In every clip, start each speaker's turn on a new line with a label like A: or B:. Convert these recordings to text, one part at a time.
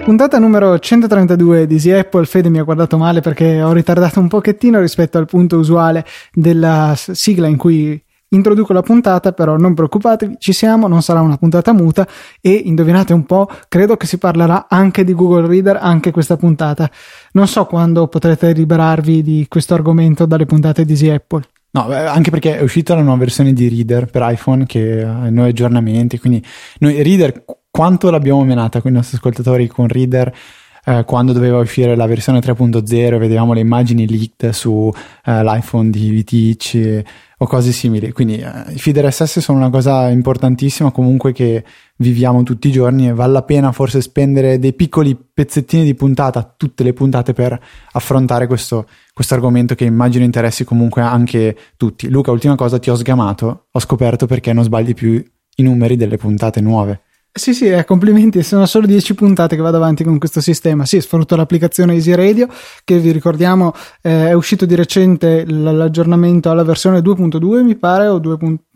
A: Puntata numero 132 di Easy Apple. Fede mi ha guardato male perché ho ritardato un pochettino rispetto al punto usuale della sigla in cui introduco la puntata, però non preoccupatevi, ci siamo, non sarà una puntata muta e indovinate un po', credo che si parlerà anche di Google Reader anche questa puntata. Non so quando potrete liberarvi di questo argomento dalle puntate di Easy Apple.
B: No, anche perché è uscita la nuova versione di Reader per iPhone che ha nuovi aggiornamenti, quindi noi Reader quanto l'abbiamo menata con i nostri ascoltatori con Reader quando doveva uscire la versione 3.0, vedevamo le immagini leaked su l'iPhone di VTC o cose simili, quindi i feed RSS sono una cosa importantissima comunque che viviamo tutti i giorni e vale la pena forse spendere dei piccoli pezzettini di puntata, tutte le puntate, per affrontare questo argomento che immagino interessi comunque anche tutti. Luca, ultima cosa, ti ho sgamato, ho scoperto perché non sbagli più i numeri delle puntate nuove.
A: Sì, complimenti, sono solo 10 puntate che vado avanti con questo sistema. Sì, sfrutto l'applicazione Easy Radio, che vi ricordiamo è uscito di recente l'aggiornamento alla versione 2.2 mi pare, o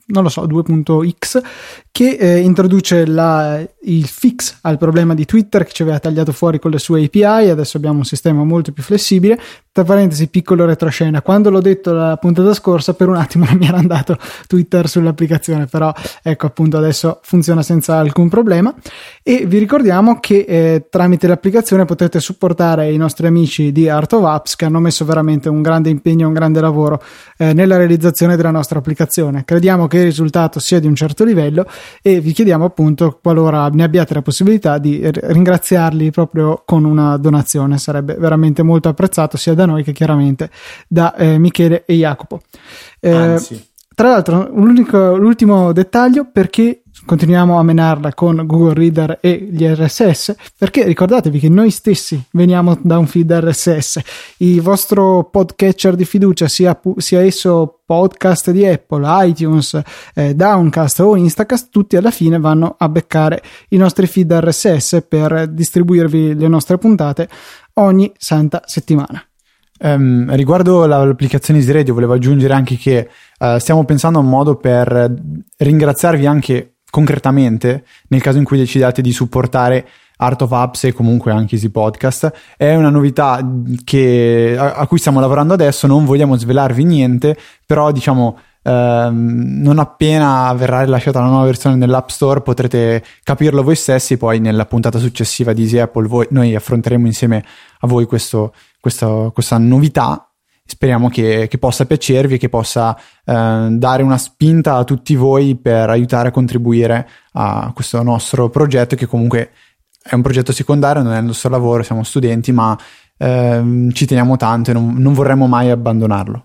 A: 2.x, che introduce il fix al problema di Twitter che ci aveva tagliato fuori con le sue API. Adesso abbiamo un sistema molto più flessibile. Tra parentesi, piccolo retroscena, quando l'ho detto la puntata scorsa per un attimo non mi era andato Twitter sull'applicazione, però ecco, appunto adesso funziona senza alcun problema. E vi ricordiamo che tramite l'applicazione potete supportare i nostri amici di Art of Apps, che hanno messo veramente un grande impegno e un grande lavoro nella realizzazione della nostra applicazione. Crediamo che il risultato sia di un certo livello e vi chiediamo appunto, qualora ne abbiate la possibilità, di ringraziarli proprio con una donazione. Sarebbe veramente molto apprezzato sia da noi che chiaramente da Michele e Jacopo.
B: Anzi.
A: Tra l'altro, l'ultimo dettaglio, perché continuiamo a menarla con Google Reader e gli RSS, perché ricordatevi che noi stessi veniamo da un feed RSS. Il vostro podcatcher di fiducia, sia esso podcast di Apple, iTunes, Downcast o Instacast, tutti alla fine vanno a beccare i nostri feed RSS per distribuirvi le nostre puntate ogni santa settimana.
B: Riguardo l'applicazione Easy Radio, volevo aggiungere anche che stiamo pensando a un modo per ringraziarvi anche concretamente nel caso in cui decidiate di supportare Art of Apps e comunque anche Easy Podcast. È una novità a cui stiamo lavorando adesso, non vogliamo svelarvi niente, però diciamo non appena verrà rilasciata la nuova versione nell'App Store potrete capirlo voi stessi. Poi nella puntata successiva di Easy Apple noi affronteremo insieme a voi questa novità. Speriamo che possa piacervi e che possa dare una spinta a tutti voi per aiutare a contribuire a questo nostro progetto, che comunque è un progetto secondario, non è il nostro lavoro, siamo studenti, ma ci teniamo tanto e non vorremmo mai abbandonarlo.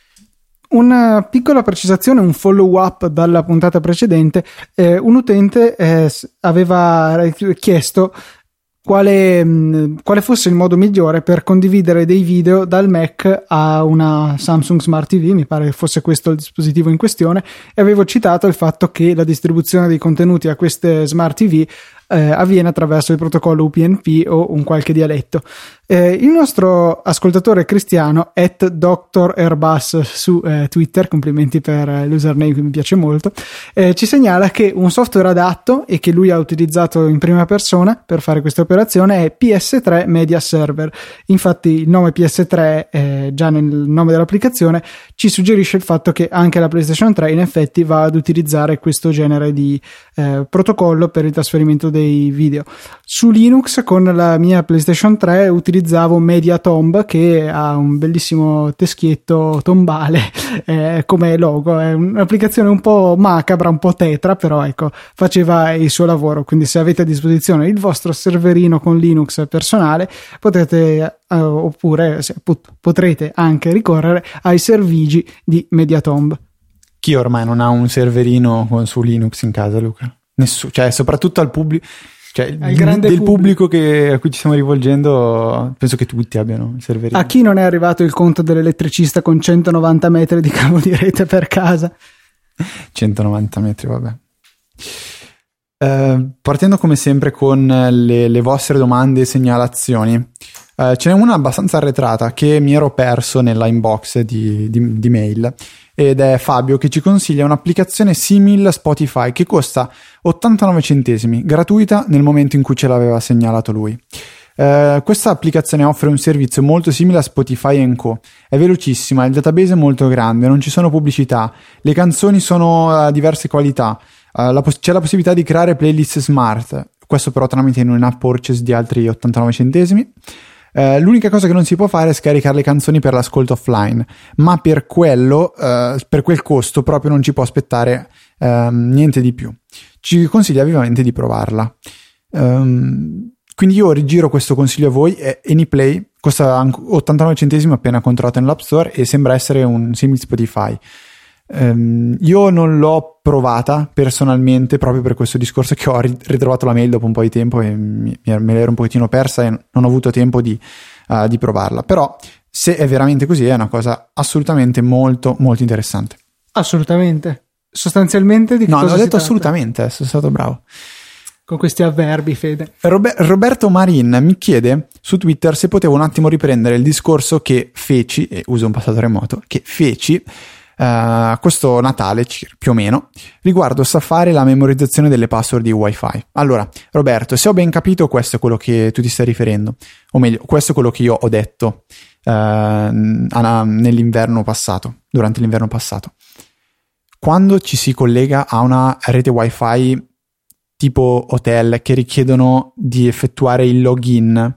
A: Una piccola precisazione, un follow up dalla puntata precedente. Un utente aveva chiesto quale fosse il modo migliore per condividere dei video dal Mac a una Samsung Smart TV. Mi pare che fosse questo il dispositivo in questione, e avevo citato il fatto che la distribuzione dei contenuti a queste Smart TV avviene attraverso il protocollo UPnP o un qualche dialetto. Il nostro ascoltatore Cristiano @DrAirbus su Twitter, complimenti per l'username che mi piace molto, ci segnala che un software adatto e che lui ha utilizzato in prima persona per fare questa operazione è PS3 Media Server. Infatti il nome PS3 già nel nome dell'applicazione ci suggerisce il fatto che anche la PlayStation 3 in effetti va ad utilizzare questo genere di protocollo per il trasferimento dei video. Su Linux con la mia PlayStation 3 utilizzavo Mediatomb, che ha un bellissimo teschietto tombale come logo. È un'applicazione un po' macabra, un po' tetra, però ecco, faceva il suo lavoro. Quindi se avete a disposizione il vostro serverino con Linux personale potete oppure potrete anche ricorrere ai servigi di Mediatomb.
B: Chi ormai non ha un serverino su Linux in casa, Luca? Nessuno, cioè soprattutto al pubblico, cioè del pubblico a cui ci stiamo rivolgendo, penso che tutti abbiano il serverino.
A: A chi non è arrivato il conto dell'elettricista con 190 metri di cavo di rete per casa?
B: 190 metri, vabbè. Partendo come sempre con le vostre domande e segnalazioni, Ce n'è una abbastanza arretrata che mi ero perso nella inbox di mail, ed è Fabio che ci consiglia un'applicazione simile Spotify che costa 89 centesimi, gratuita nel momento in cui ce l'aveva segnalato lui. Questa applicazione offre un servizio molto simile a Spotify & Co. È velocissima, il database è molto grande, non ci sono pubblicità, le canzoni sono a diverse qualità, c'è la possibilità di creare playlist smart, questo però tramite un in-app purchase di altri 89 centesimi. L'unica cosa che non si può fare è scaricare le canzoni per l'ascolto offline, ma per quel costo proprio non ci può aspettare niente di più. Ci consiglio vivamente di provarla. Quindi io rigiro questo consiglio a voi. È Anyplay, costa 89 centesimi appena controllato nell'App Store e sembra essere un simile Spotify. Io non l'ho provata personalmente proprio per questo discorso che ho ritrovato la mail dopo un po' di tempo e me l'ero un pochettino persa e non ho avuto tempo di provarla, però se è veramente così è una cosa assolutamente molto molto interessante.
A: Assolutamente. Sostanzialmente di che cosa
B: ho detto
A: si tratta?
B: assolutamente, sono stato bravo
A: con questi avverbi, Fede.
B: Roberto Marin mi chiede su Twitter se potevo un attimo riprendere il discorso che feci, e uso un passato remoto, che feci questo Natale più o meno riguardo Safari e la memorizzazione delle password di Wi-Fi. Allora, Roberto, se ho ben capito, questo è quello che tu ti stai riferendo, o meglio, questo è quello che io ho detto nell'inverno passato, durante l'inverno passato. Quando ci si collega a una rete Wi-Fi tipo hotel che richiedono di effettuare il login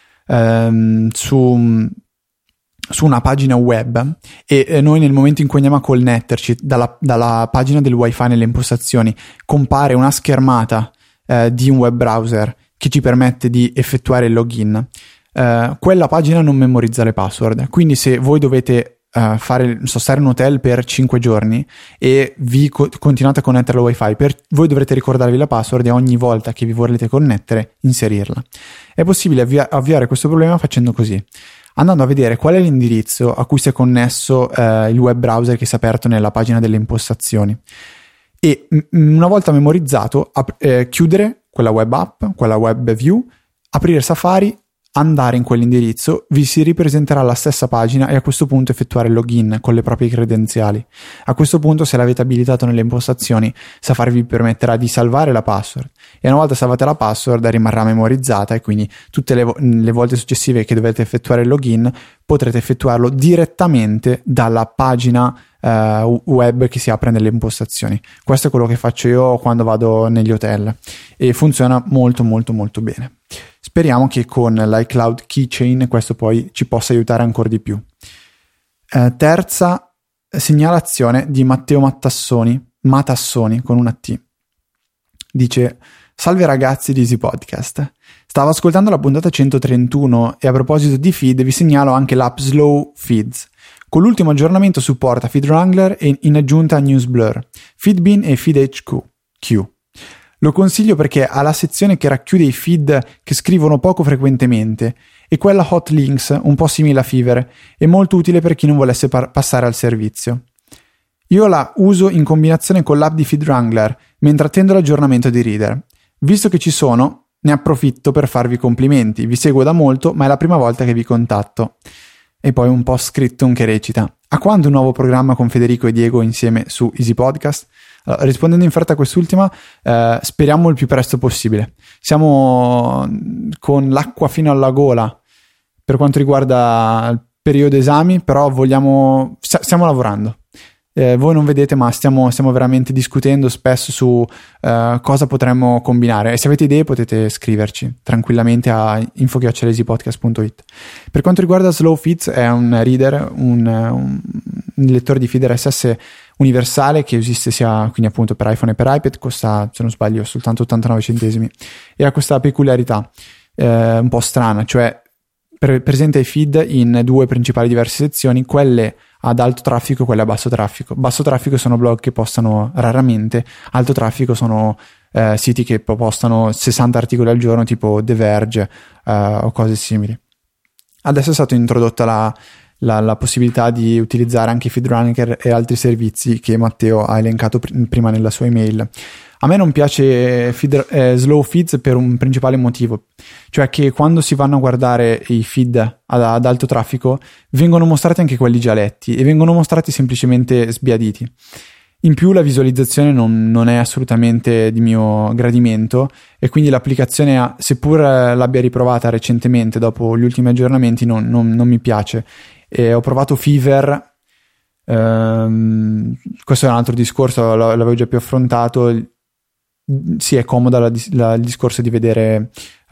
B: su una pagina web e noi nel momento in cui andiamo a connetterci dalla pagina del wifi nelle impostazioni compare una schermata di un web browser che ci permette di effettuare il login, quella pagina non memorizza le password, quindi se voi dovete stare in un hotel per 5 giorni e vi continuate a connettere al wifi, voi dovrete ricordarvi la password e ogni volta che vi volete connettere inserirla. È possibile avviare questo problema facendo così: andando a vedere qual è l'indirizzo a cui si è connesso il web browser che si è aperto nella pagina delle impostazioni e una volta memorizzato chiudere quella web app, quella web view, aprire Safari, andare in quell'indirizzo, vi si ripresenterà la stessa pagina e a questo punto effettuare il login con le proprie credenziali. A questo punto, se l'avete abilitato nelle impostazioni, Safari vi permetterà di salvare la password e una volta salvata la password rimarrà memorizzata e quindi tutte le volte successive che dovete effettuare il login potrete effettuarlo direttamente dalla pagina web che si apre nelle impostazioni. Questo è quello che faccio io quando vado negli hotel e funziona molto molto molto bene. Speriamo che con l'iCloud Keychain questo poi ci possa aiutare ancora di più. Terza segnalazione di Matteo Matassoni con una T. Dice: salve ragazzi di Easy Podcast, stavo ascoltando la puntata 131 e a proposito di feed vi segnalo anche l'app Slow Feeds. Con l'ultimo aggiornamento supporta FeedWrangler e in aggiunta NewsBlur, FeedBean e FeedHQ. Lo consiglio perché ha la sezione che racchiude i feed che scrivono poco frequentemente e quella Hot Links un po' simile a Fever e molto utile per chi non volesse passare al servizio. Io la uso in combinazione con l'app di FeedWrangler mentre attendo l'aggiornamento di Reader. Visto che ci sono, ne approfitto per farvi complimenti, vi seguo da molto ma è la prima volta che vi contatto. E poi un post scriptum che recita: a quando un nuovo programma con Federico e Diego insieme su Easy Podcast? Allora, rispondendo in fretta a quest'ultima, speriamo il più presto possibile. Siamo con l'acqua fino alla gola per quanto riguarda il periodo esami, però stiamo lavorando. Voi non vedete, ma stiamo veramente discutendo spesso su cosa potremmo combinare, e se avete idee potete scriverci tranquillamente a info@easypodcast.it. Per quanto riguarda Slow Feeds, è un reader, un lettore di feed RSS universale che esiste sia quindi appunto per iPhone e per iPad, costa, se non sbaglio, soltanto 89 centesimi e ha questa peculiarità un po' strana, cioè presenta i feed in due principali diverse sezioni, quelle ad alto traffico e quelle a basso traffico. Basso traffico sono blog che postano raramente, alto traffico sono siti che postano 60 articoli al giorno tipo The Verge o cose simili. Adesso è stata introdotta la possibilità di utilizzare anche FeedRunner e altri servizi che Matteo ha elencato prima nella sua email. A me non piace Slow Feeds per un principale motivo, cioè che quando si vanno a guardare i feed ad alto traffico vengono mostrati anche quelli già letti e vengono mostrati semplicemente sbiaditi. In più la visualizzazione non è assolutamente di mio gradimento e quindi l'applicazione, seppur l'abbia riprovata recentemente dopo gli ultimi aggiornamenti, non mi piace. E ho provato Fiverr, questo è un altro discorso, l'avevo già più affrontato. Sì, è comoda il discorso di vedere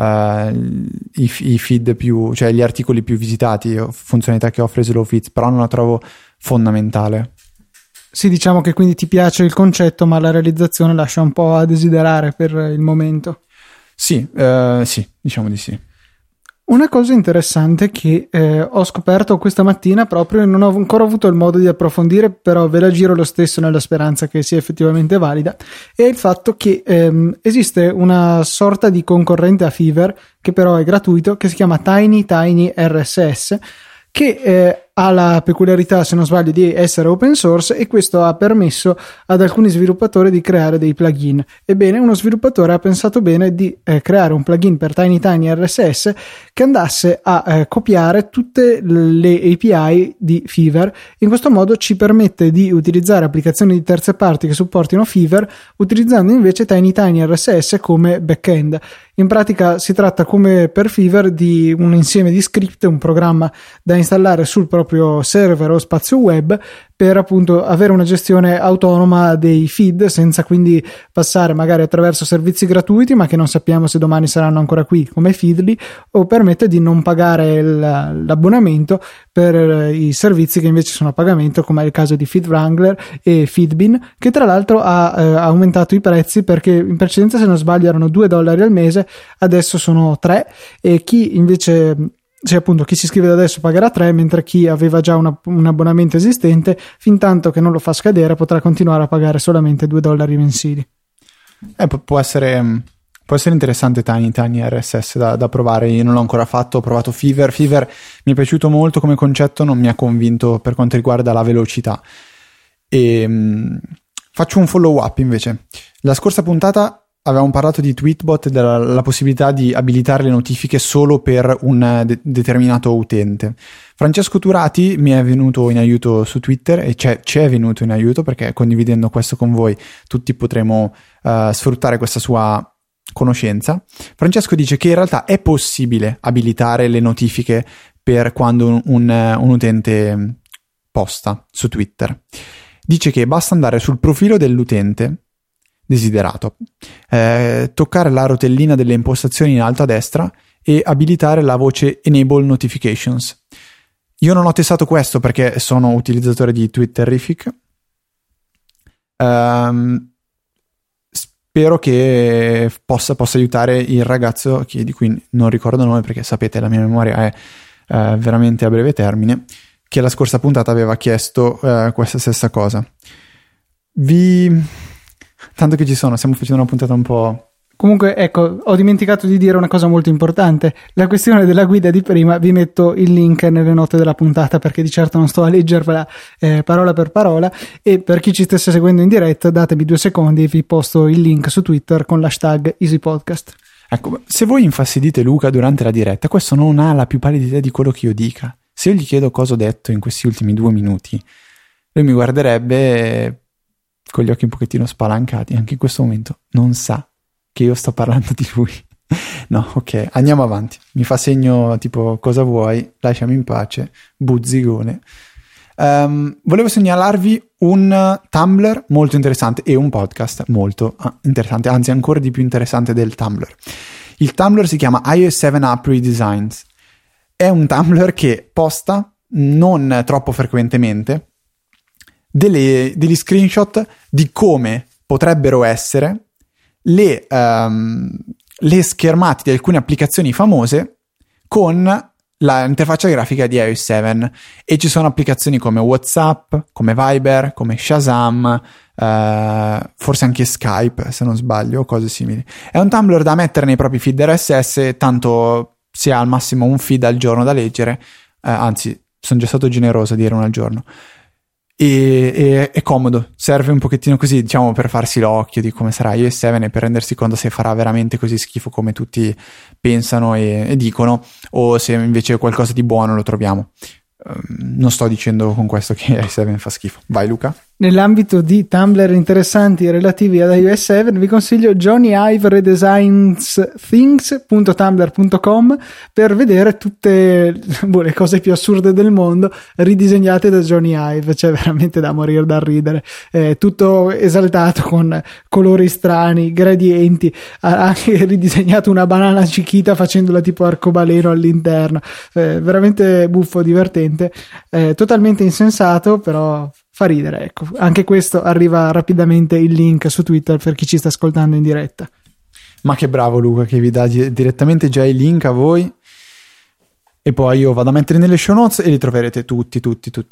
B: i feed più, cioè gli articoli più visitati, funzionalità che offre Slow Feeds, però non la trovo fondamentale.
A: Sì, diciamo che quindi ti piace il concetto, ma la realizzazione lascia un po' a desiderare per il momento.
B: Sì, diciamo di sì.
A: Una cosa interessante che ho scoperto questa mattina proprio, e non ho ancora avuto il modo di approfondire, però ve la giro lo stesso nella speranza che sia effettivamente valida, è il fatto che esiste una sorta di concorrente a Fiverr, che però è gratuito, che si chiama Tiny RSS, che ha la peculiarità, se non sbaglio, di essere open source, e questo ha permesso ad alcuni sviluppatori di creare dei plugin. Ebbene, uno sviluppatore ha pensato bene di creare un plugin per Tiny RSS che andasse a copiare tutte le API di Fiverr. In questo modo ci permette di utilizzare applicazioni di terze parti che supportino Fiverr, utilizzando invece Tiny RSS come backend. In pratica si tratta, come per Fiverr, di un insieme di script, un programma da installare sul proprio server o spazio web per appunto avere una gestione autonoma dei feed, senza quindi passare magari attraverso servizi gratuiti ma che non sappiamo se domani saranno ancora qui, come Feedly, o permette di non pagare l'abbonamento per i servizi che invece sono a pagamento, come è il caso di FeedWrangler e Feedbin, che tra l'altro ha aumentato i prezzi, perché in precedenza, se non sbaglio, erano $2 al mese, adesso sono 3, e chi invece, cioè appunto chi si iscrive da adesso pagherà 3, mentre chi aveva già un abbonamento esistente, fin tanto che non lo fa scadere, potrà continuare a pagare solamente $2 mensili.
B: Può essere interessante Tiny RSS da provare. Io non l'ho ancora fatto, ho provato Fiverr mi è piaciuto molto come concetto, non mi ha convinto per quanto riguarda la velocità. E faccio un follow up invece. La scorsa puntata avevamo parlato di Tweetbot e della possibilità di abilitare le notifiche solo per un determinato utente. Francesco Turati mi è venuto in aiuto su Twitter e ci è venuto in aiuto, perché condividendo questo con voi tutti potremo sfruttare questa sua conoscenza. Francesco dice che in realtà è possibile abilitare le notifiche per quando un utente posta su Twitter. Dice che basta andare sul profilo dell'utente desiderato, toccare la rotellina delle impostazioni in alto a destra e abilitare la voce Enable Notifications. Io non ho testato questo perché sono utilizzatore di Twitterrific. Spero che possa aiutare il ragazzo di cui non ricordo il nome, perché sapete la mia memoria è veramente a breve termine, che la scorsa puntata aveva chiesto questa stessa cosa. Tanto che ci sono, stiamo facendo una puntata un po'...
A: Comunque, ecco, ho dimenticato di dire una cosa molto importante. La questione della guida di prima, vi metto il link nelle note della puntata, perché di certo non sto a leggervela parola per parola, e per chi ci stesse seguendo in diretta, datemi 2 secondi e vi posto il link su Twitter con l'hashtag EasyPodcast.
B: Ecco, se voi infastidite Luca durante la diretta, questo non ha la più pallida idea di quello che io dica. Se io gli chiedo cosa ho detto in questi ultimi 2 minuti, lui mi guarderebbe con gli occhi un pochettino spalancati. Anche in questo momento non sa che io sto parlando di lui. No, ok, andiamo avanti. Mi fa segno tipo cosa vuoi, lasciami in pace, buzzigone. Volevo segnalarvi un Tumblr molto interessante e un podcast molto interessante, anzi ancora di più interessante del Tumblr. Il Tumblr si chiama iOS 7 App Redesigns. È un Tumblr che posta non troppo frequentemente degli screenshot di come potrebbero essere le schermate di alcune applicazioni famose con l'interfaccia grafica di iOS 7, e ci sono applicazioni come WhatsApp, come Viber, come Shazam, forse anche Skype se non sbaglio, cose simili. È un Tumblr da mettere nei propri feed RSS, tanto si ha al massimo un feed al giorno da leggere, anzi sono già stato generoso a dire una al giorno. E è comodo, serve un pochettino così, diciamo, per farsi l'occhio di come sarà iOS 7 e per rendersi conto se farà veramente così schifo come tutti pensano e dicono, o se invece qualcosa di buono lo troviamo. Non sto dicendo con questo che iOS 7 fa schifo. Vai Luca.
A: Nell'ambito di Tumblr interessanti relativi ad iOS 7 vi consiglio Johnny Ive Redesigns Things.tumblr.com per vedere tutte le cose più assurde del mondo ridisegnate da Johnny Ive, cioè veramente da morire da ridere, tutto esaltato con colori strani, gradienti, ha anche ridisegnato una banana Chiquita facendola tipo arcobaleno all'interno, veramente buffo, divertente, totalmente insensato, però fa ridere, ecco. Anche questo arriva rapidamente il link su Twitter per chi ci sta ascoltando in diretta.
B: Ma che bravo Luca che vi dà direttamente già il link a voi, e poi io vado a mettere nelle show notes e li troverete tutti.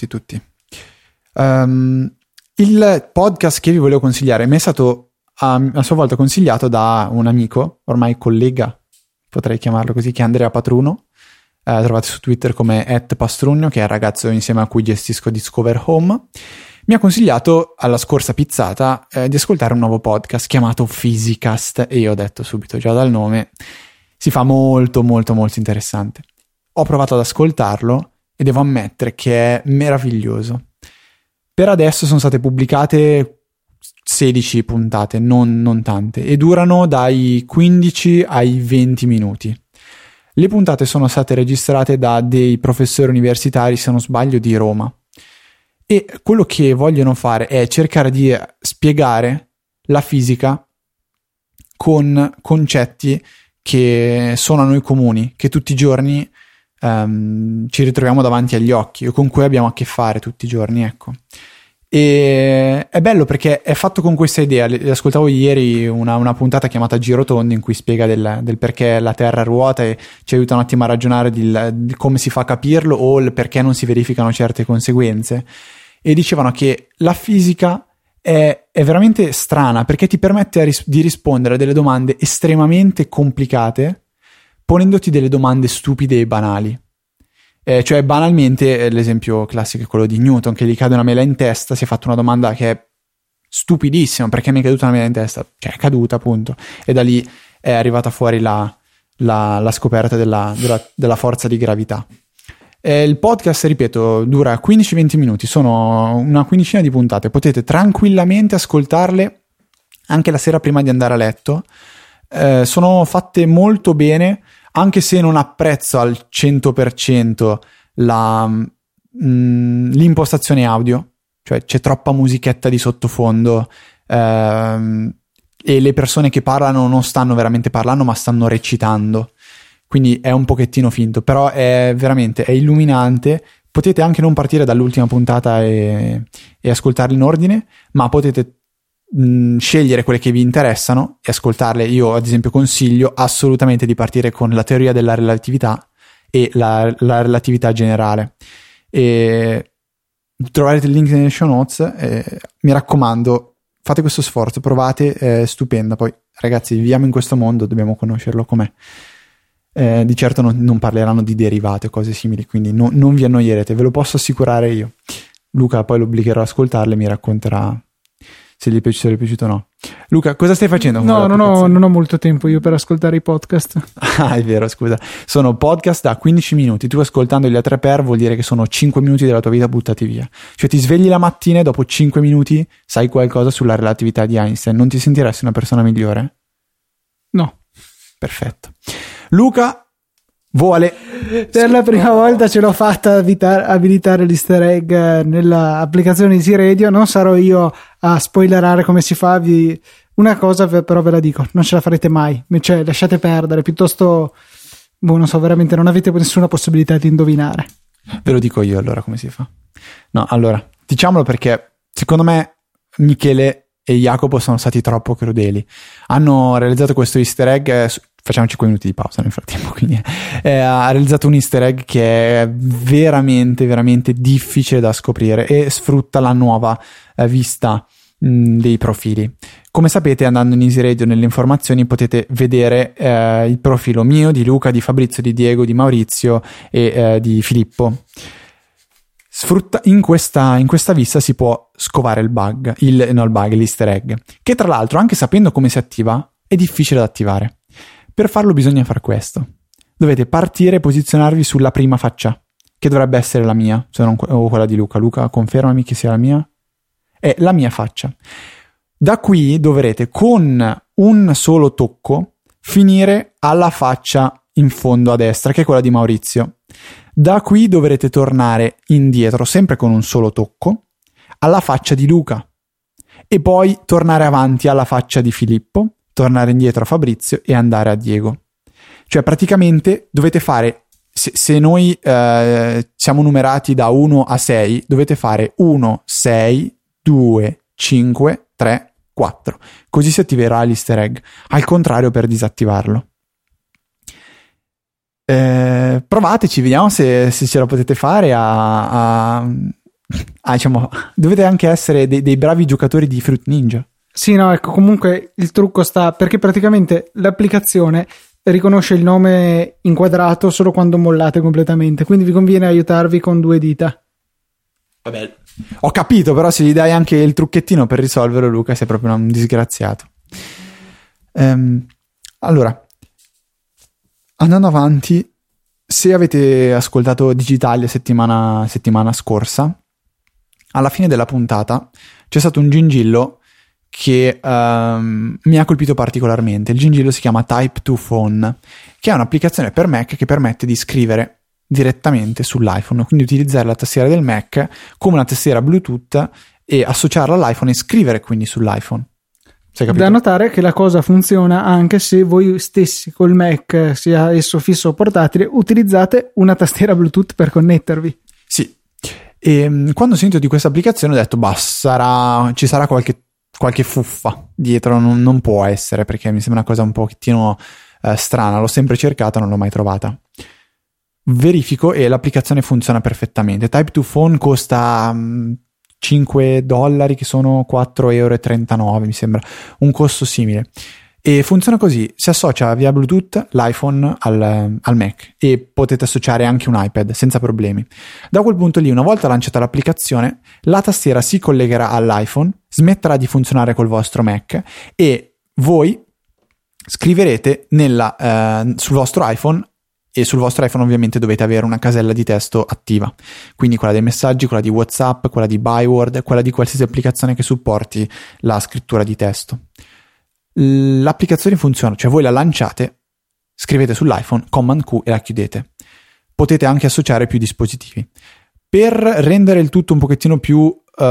B: Il podcast che vi volevo consigliare mi è stato a sua volta consigliato da un amico, ormai collega, potrei chiamarlo così, che è Andrea Patruno. Trovate su Twitter come @pastrugno, che è il ragazzo insieme a cui gestisco Discover Home. Mi ha consigliato alla scorsa pizzata di ascoltare un nuovo podcast chiamato Physicast, e io ho detto subito già dal nome si fa molto interessante. Ho provato ad ascoltarlo e devo ammettere che è meraviglioso. Per adesso sono state pubblicate 16 puntate, non tante, e durano dai 15 ai 20 minuti. Le puntate sono state registrate da dei professori universitari, se non sbaglio, di Roma. E quello che vogliono fare è cercare di spiegare la fisica con concetti che sono a noi comuni, che tutti i giorni ci ritroviamo davanti agli occhi o con cui abbiamo a che fare tutti i giorni, ecco. E è bello perché è fatto con questa idea. Ascoltavo ieri una puntata chiamata Girotondo in cui spiega del perché la Terra ruota e ci aiuta un attimo a ragionare di come si fa a capirlo o il perché non si verificano certe conseguenze, e dicevano che la fisica è veramente strana perché ti permette di rispondere a delle domande estremamente complicate ponendoti delle domande stupide e banali. Cioè banalmente l'esempio classico è quello di Newton, che gli cade una mela in testa, si è fatto una domanda che è stupidissima: perché mi è caduta una mela in testa? Cioè è caduta, appunto, e da lì è arrivata fuori la scoperta della forza di gravità. Il podcast, ripeto, dura 15-20 minuti, sono una quindicina di puntate, potete tranquillamente ascoltarle anche la sera prima di andare a letto. Sono fatte molto bene, anche se non apprezzo al 100% l'impostazione audio, cioè c'è troppa musichetta di sottofondo, e le persone che parlano non stanno veramente parlando ma stanno recitando, quindi è un pochettino finto, però è illuminante. Potete anche non partire dall'ultima puntata e ascoltarle in ordine, ma potete scegliere quelle che vi interessano e ascoltarle. Io ad esempio consiglio assolutamente di partire con la teoria della relatività e la relatività generale, e troverete il link nelle show notes. Mi raccomando, fate questo sforzo, provate, è stupenda. Poi ragazzi, viviamo in questo mondo, dobbiamo conoscerlo com'è. Di certo non parleranno di derivate o cose simili, quindi non vi annoierete, ve lo posso assicurare io. Luca poi lo obbligherò ad ascoltarle e mi racconterà se gli è piaciuto o no. Luca, cosa stai facendo?
A: No, non ho molto tempo io per ascoltare i podcast.
B: Ah, è vero, scusa. Sono podcast da 15 minuti. Tu ascoltandoli a 3x vuol dire che sono 5 minuti della tua vita buttati via. Cioè ti svegli la mattina e dopo 5 minuti sai qualcosa sulla relatività di Einstein. Non ti sentiresti una persona migliore?
A: No.
B: Perfetto. Luca vuole...
A: Per la prima volta ce l'ho fatta abilitare l'easter egg nell'applicazione Easy Radio. Non sarò io a spoilerare come si fa. Una cosa però ve la dico: non ce la farete mai, cioè lasciate perdere, piuttosto non so, veramente non avete nessuna possibilità di indovinare.
B: Ve lo dico io allora come si fa. No, allora diciamolo, perché secondo me Michele e Jacopo sono stati troppo crudeli. Hanno realizzato questo easter egg, facciamo 5 minuti di pausa nel frattempo, quindi ha realizzato un easter egg che è veramente difficile da scoprire e sfrutta la nuova vista dei profili. Come sapete, andando in Easy Radio nelle informazioni potete vedere il profilo mio, di Luca, di Fabrizio, di Diego, di Maurizio e di Filippo. in questa vista si può scovare l'easter egg, che tra l'altro, anche sapendo come si attiva, è difficile da attivare. Per farlo bisogna fare questo. Dovete partire e posizionarvi sulla prima faccia, che dovrebbe essere la mia, se non o quella di Luca. Luca, confermami che sia la mia. È la mia faccia. Da qui dovrete con un solo tocco finire alla faccia in fondo a destra, che è quella di Maurizio. Da qui dovrete tornare indietro, sempre con un solo tocco, alla faccia di Luca. E poi tornare avanti alla faccia di Filippo, tornare indietro a Fabrizio e andare a Diego. Cioè praticamente dovete fare, se noi siamo numerati da 1 a 6, dovete fare 1, 6, 2, 5, 3, 4. Così si attiverà l'easter egg. Al contrario per disattivarlo. Provateci, vediamo se ce la potete fare diciamo, dovete anche essere dei bravi giocatori di Fruit Ninja.
A: Sì, no, ecco, comunque il trucco sta perché praticamente l'applicazione riconosce il nome inquadrato solo quando mollate completamente, quindi vi conviene aiutarvi con 2 dita.
B: Vabbè, ho capito, però se gli dai anche il trucchettino per risolverlo, Luca, sei proprio un disgraziato. Allora, andando avanti, se avete ascoltato Digitalia settimana scorsa, alla fine della puntata c'è stato un gingillo che mi ha colpito particolarmente. Il gingillo si chiama Type to Phone, che è un'applicazione per Mac che permette di scrivere direttamente sull'iPhone, quindi utilizzare la tastiera del Mac come una tastiera Bluetooth e associarla all'iPhone e scrivere quindi sull'iPhone.
A: Da notare che la cosa funziona anche se voi stessi col Mac, sia esso fisso o portatile, utilizzate una tastiera Bluetooth per connettervi.
B: Sì, e quando ho sentito di questa applicazione ho detto ci sarà qualche fuffa dietro, non può essere, perché mi sembra una cosa un pochettino strana. L'ho sempre cercata, non l'ho mai trovata. Verifico e l'applicazione funziona perfettamente. Type to Phone costa $5, che sono 4,39 €, mi sembra, un costo simile, e funziona così: si associa via Bluetooth l'iPhone al Mac e potete associare anche un iPad senza problemi. Da quel punto lì, una volta lanciata l'applicazione, la tastiera si collegherà all'iPhone, smetterà di funzionare col vostro Mac e voi scriverete sul vostro iPhone. E sul vostro iPhone ovviamente dovete avere una casella di testo attiva, quindi quella dei messaggi, quella di WhatsApp, quella di Byword, quella di qualsiasi applicazione che supporti la scrittura di testo. L'applicazione funziona, cioè voi la lanciate, scrivete sull'iPhone, Command Q e la chiudete. Potete anche associare più dispositivi. Per rendere il tutto un pochettino più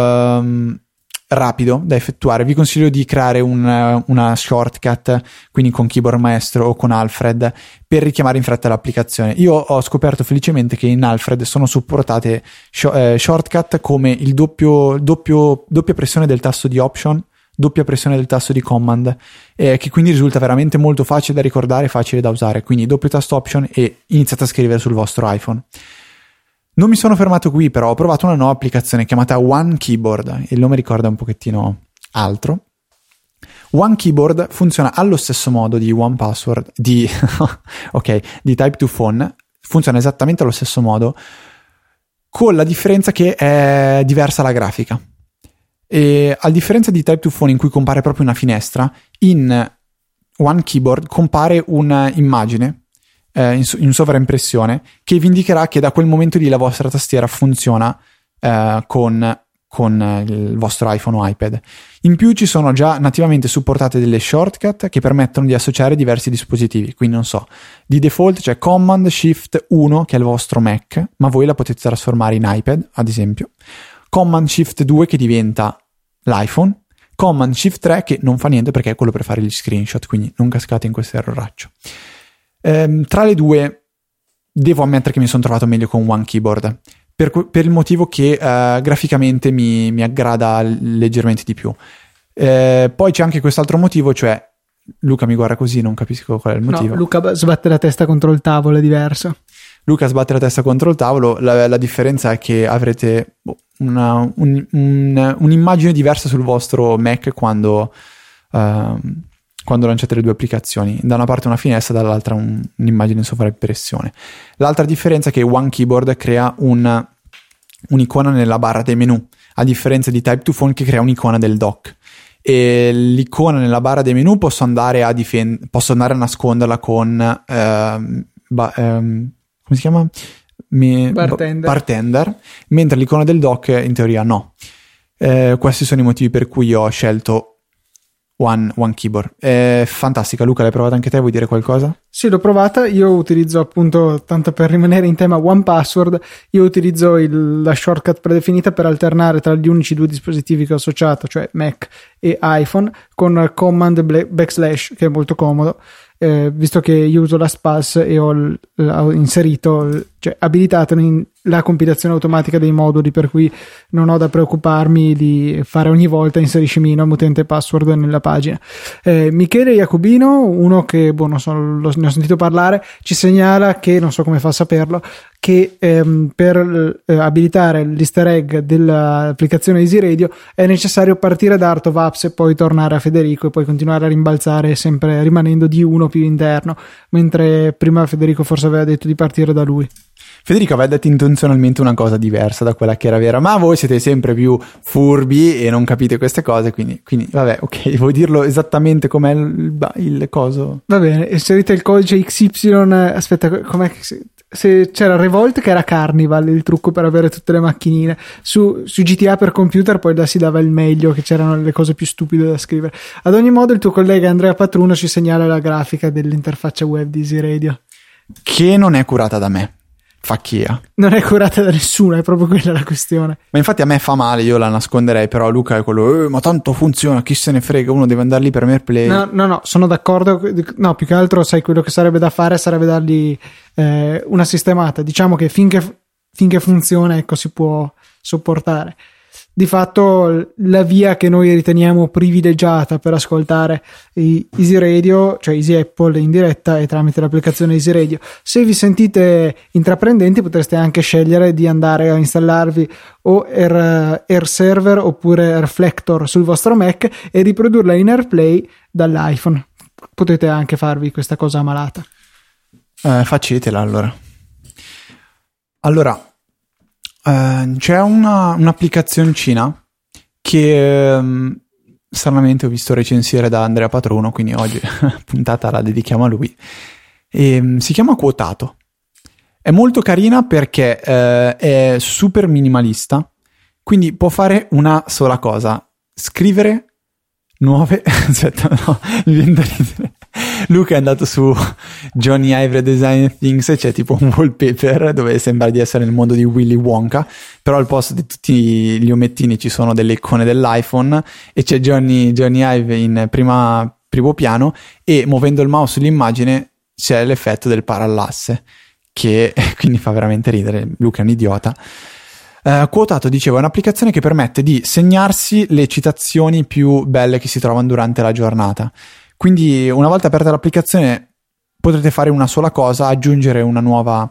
B: rapido da effettuare, vi consiglio di creare una shortcut, quindi con Keyboard Maestro o con Alfred, per richiamare in fretta l'applicazione. Io ho scoperto felicemente che in Alfred sono supportate shortcut come il doppia pressione del tasto di Option, doppia pressione del tasto di Command, che quindi risulta veramente molto facile da ricordare e facile da usare. Quindi doppio tasto Option e iniziate a scrivere sul vostro iPhone. Non mi sono fermato qui, però ho provato una nuova applicazione chiamata One Keyboard. Il nome ricorda un pochettino altro. One Keyboard funziona allo stesso modo di One Password, di Type to Phone. Funziona esattamente allo stesso modo, con la differenza che è diversa la grafica. E a differenza di Type to Phone, in cui compare proprio una finestra, in One Keyboard compare un'immagine in sovraimpressione che vi indicherà che da quel momento lì la vostra tastiera funziona con il vostro iPhone o iPad. In più ci sono già nativamente supportate delle shortcut che permettono di associare diversi dispositivi, quindi non so, di default c'è Command Shift 1 che è il vostro Mac, ma voi la potete trasformare in iPad ad esempio, Command Shift 2 che diventa l'iPhone, Command Shift 3 che non fa niente perché è quello per fare gli screenshot, quindi non cascate in questo erroraccio. Tra le due devo ammettere che mi sono trovato meglio con One Keyboard per il motivo che graficamente mi aggrada leggermente di più. Poi c'è anche quest'altro motivo, cioè Luca mi guarda così, non capisco qual è il motivo.
A: No, Luca sbatte la testa contro il tavolo, è diverso.
B: Luca sbatte la testa contro il tavolo, la differenza è che avrete un'immagine diversa sul vostro Mac quando lanciate le due applicazioni. Da una parte una finestra, dall'altra un'immagine in sovraimpressione. L'altra differenza è che One Keyboard crea un un'icona nella barra dei menu, a differenza di Type to Phone che crea un'icona del dock. E l'icona nella barra dei menu posso andare a nasconderla con come si chiama? Bartender, mentre l'icona del dock in teoria no. Questi sono i motivi per cui ho scelto One Keyboard. È fantastica. Luca, l'hai provata anche te? Vuoi dire qualcosa?
A: Sì, l'ho provata. Io utilizzo, appunto, tanto per rimanere in tema, OnePassword. Io utilizzo la shortcut predefinita per alternare tra gli unici 2 dispositivi che ho associato, cioè Mac e iPhone, con Command / che è molto comodo. Visto che io uso la SPAS e ho inserito, cioè abilitato la compilazione automatica dei moduli, per cui non ho da preoccuparmi di fare ogni volta inseriscimi nome utente e password nella pagina. Michele Jacobino, uno che non so, ne ho sentito parlare, ci segnala che, non so come fa a saperlo, che per abilitare l'easter egg dell'applicazione Easy Radio è necessario partire da Art of Apps e poi tornare a Federico e poi continuare a rimbalzare, sempre rimanendo di uno più interno, mentre prima Federico forse aveva detto di partire da lui.
B: Federico aveva detto intenzionalmente una cosa diversa da quella che era vera, ma voi siete sempre più furbi e non capite queste cose, quindi vabbè, ok, vuoi dirlo esattamente com'è il coso?
A: Va bene, inserite il codice XY, aspetta, com'è che se c'era Revolt che era Carnival, il trucco per avere tutte le macchinine, su GTA per computer poi si dava il meglio, che c'erano le cose più stupide da scrivere. Ad ogni modo il tuo collega Andrea Patruno ci segnala la grafica dell'interfaccia web di Easy Radio,
B: che non è curata da me. Facchia.
A: Non è curata da nessuno, è proprio quella la questione.
B: Ma infatti a me fa male, io la nasconderei, però Luca è quello, ma tanto funziona, chi se ne frega, uno deve andare lì per AirPlay.
A: No, sono d'accordo. No, più che altro, sai, quello che sarebbe da fare sarebbe dargli una sistemata. Diciamo che finché funziona, ecco, si può sopportare. Di fatto la via che noi riteniamo privilegiata per ascoltare Easy Radio, cioè Easy Apple in diretta, è tramite l'applicazione Easy Radio. Se vi sentite intraprendenti potreste anche scegliere di andare a installarvi o Air Server oppure Reflector sul vostro Mac e riprodurla in AirPlay dall'iPhone. Potete anche farvi questa cosa malata.
B: Facetela allora c'è un'applicazioncina che stranamente ho visto recensire da Andrea Patruno, quindi oggi puntata la dedichiamo a lui, e si chiama Quotato. È molto carina perché è super minimalista, quindi può fare una sola cosa: scrivere nuove aspetta, no, mi viene da ridere. Luca è andato su Johnny Ive Design Things e c'è tipo un wallpaper dove sembra di essere nel mondo di Willy Wonka, però al posto di tutti gli omettini ci sono delle icone dell'iPhone e c'è Johnny Ive in primo piano e muovendo il mouse sull'immagine c'è l'effetto del parallasse, che quindi fa veramente ridere. Luca è un idiota. Quotato, dicevo, è un'applicazione che permette di segnarsi le citazioni più belle che si trovano durante la giornata. Quindi una volta aperta l'applicazione potrete fare una sola cosa: aggiungere una nuova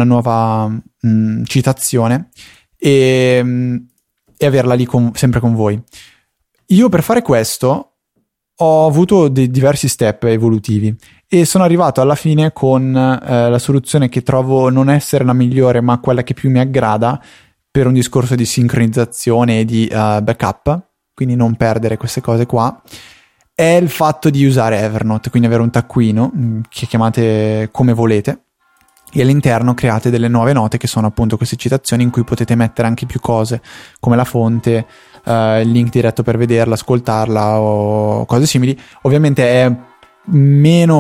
B: citazione e averla lì sempre con voi. Io per fare questo ho avuto diversi step evolutivi e sono arrivato alla fine con la soluzione che trovo non essere la migliore ma quella che più mi aggrada, per un discorso di sincronizzazione e di backup, quindi non perdere queste cose qua. È il fatto di usare Evernote, quindi avere un taccuino che chiamate come volete e all'interno create delle nuove note che sono appunto queste citazioni in cui potete mettere anche più cose come la fonte, il link diretto per vederla, ascoltarla o cose simili. Ovviamente è meno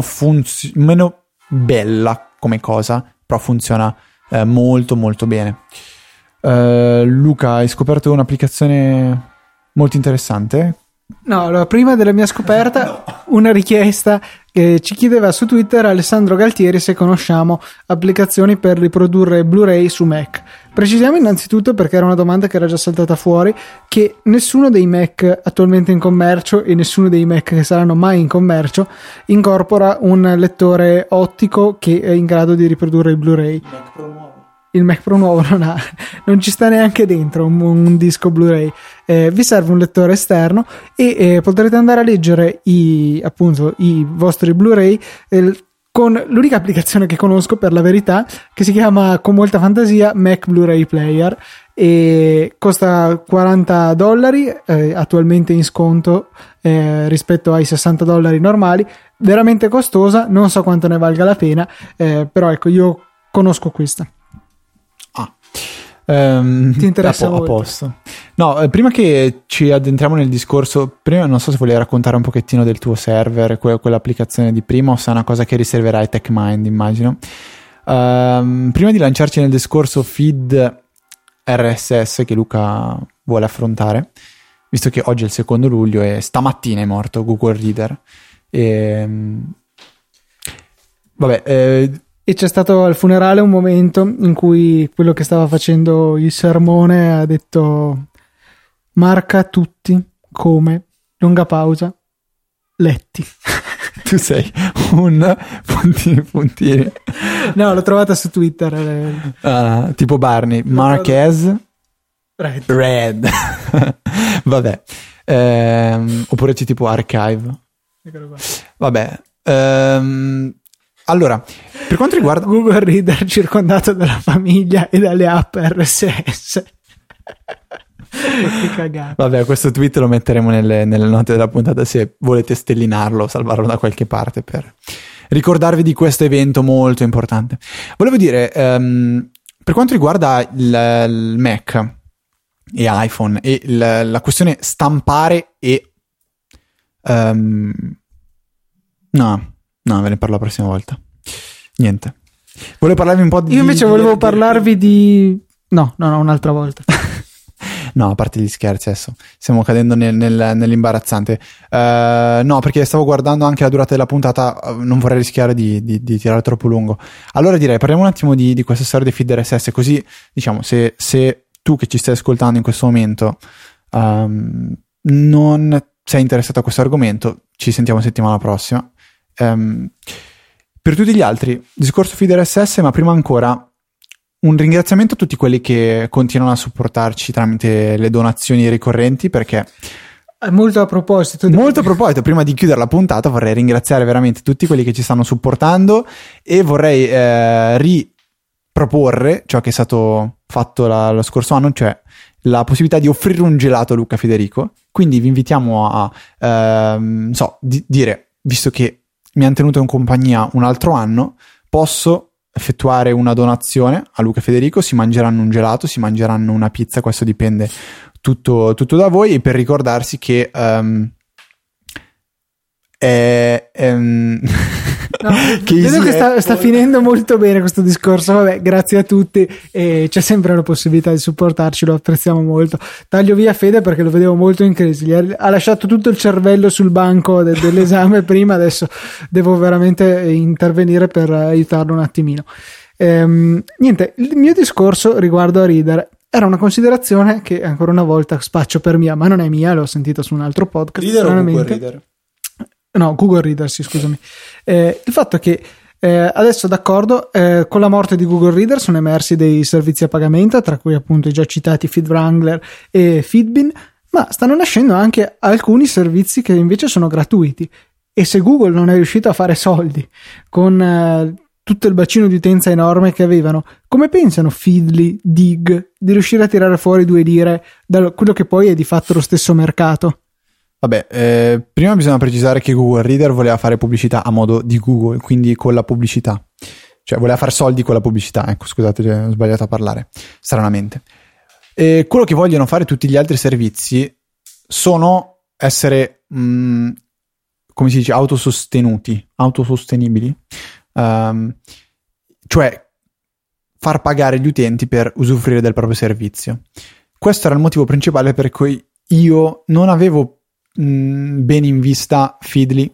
B: bella come cosa, però funziona molto molto bene. Luca, hai scoperto un'applicazione molto interessante?
A: No, allora, prima della mia scoperta, una richiesta che ci chiedeva su Twitter Alessandro Galtieri se conosciamo applicazioni per riprodurre Blu-ray su Mac. Precisiamo innanzitutto, perché era una domanda che era già saltata fuori, che nessuno dei Mac attualmente in commercio e nessuno dei Mac che saranno mai in commercio incorpora un lettore ottico che è in grado di riprodurre il Blu-ray. Il Mac Pro nuovo non ci sta neanche dentro un disco Blu-ray. Vi serve un lettore esterno e potrete andare a leggere i vostri Blu-ray con l'unica applicazione che conosco, per la verità, che si chiama con molta fantasia Mac Blu-ray Player, e costa $40 attualmente in sconto rispetto ai $60 normali. Veramente costosa, non so quanto ne valga la pena, però ecco, io conosco questa. Ti interessa
B: a posto. No, prima che ci addentriamo nel discorso, prima non so se volevi raccontare un pochettino del tuo server, quell'applicazione di prima, o se è una cosa che riserverai a TechMind, immagino. Prima di lanciarci nel discorso feed RSS che Luca vuole affrontare, visto che oggi è il 2 luglio e stamattina è morto Google Reader,
A: e c'è stato al funerale un momento in cui quello che stava facendo il sermone ha detto: marca tutti come, lunga pausa, letti.
B: Tu sei un puntini.
A: No, l'ho trovata su Twitter.
B: Tipo Barney. Marquez Red. Vabbè. Oppure c'è tipo Archive. Vabbè. Allora, per quanto riguarda
A: Google Reader circondato dalla famiglia e dalle app RSS. Che cagata.
B: Vabbè, questo tweet lo metteremo nelle note della puntata se volete stellinarlo, salvarlo da qualche parte per ricordarvi di questo evento molto importante. Volevo dire, per quanto riguarda il Mac e iPhone e la questione stampare e no, ve ne parlo la prossima volta. Niente. Volevo parlarvi un po' di...
A: Io invece volevo parlarvi di... No, un'altra volta.
B: No, a parte gli scherzi, adesso stiamo cadendo nell'imbarazzante. No, perché stavo guardando anche la durata della puntata, non vorrei rischiare di tirare troppo lungo. Allora direi, parliamo un attimo di questa storia dei feed RSS, così diciamo, se tu che ci stai ascoltando in questo momento non sei interessato a questo argomento, ci sentiamo settimana prossima. Per tutti gli altri, discorso feed RSS, ma prima ancora un ringraziamento a tutti quelli che continuano a supportarci tramite le donazioni ricorrenti, perché
A: molto a proposito,
B: prima di chiudere la puntata vorrei ringraziare veramente tutti quelli che ci stanno supportando e vorrei riproporre ciò che è stato fatto lo scorso anno, cioè la possibilità di offrire un gelato a Luca Federico. Quindi vi invitiamo a dire, visto che mi hanno tenuto in compagnia un altro anno, posso effettuare una donazione a Luca Federico, si mangeranno un gelato, si mangeranno una pizza, questo dipende tutto da voi, e per ricordarsi che
A: vedo che sta finendo molto bene questo discorso. Vabbè, grazie a tutti, e c'è sempre la possibilità di supportarci, lo apprezziamo molto. Taglio via Fede perché lo vedevo molto in crisi, ha lasciato tutto il cervello sul banco dell'esame prima, adesso devo veramente intervenire per aiutarlo un attimino. Niente, il mio discorso riguardo a Reader era una considerazione che ancora una volta spaccio per mia, ma non è mia, l'ho sentita su un altro podcast.
B: Reader o Google Reader?
A: No, Google Reader, sì, scusami. Il fatto è che adesso, d'accordo, con la morte di Google Reader sono emersi dei servizi a pagamento, tra cui appunto i già citati FeedWrangler e Feedbin, ma stanno nascendo anche alcuni servizi che invece sono gratuiti, e se Google non è riuscito a fare soldi con tutto il bacino di utenza enorme che avevano, come pensano Feedly, Dig di riuscire a tirare fuori 2 lire da quello che poi è di fatto lo stesso mercato?
B: Vabbè, prima bisogna precisare che Google Reader voleva fare pubblicità a modo di Google, quindi con la pubblicità, cioè voleva fare soldi con la pubblicità. Ecco, scusate, ho sbagliato a parlare stranamente. Quello che vogliono fare tutti gli altri servizi sono essere come si dice, autosostenibili, cioè far pagare gli utenti per usufruire del proprio servizio. Questo era il motivo principale per cui io non avevo bene in vista Feedly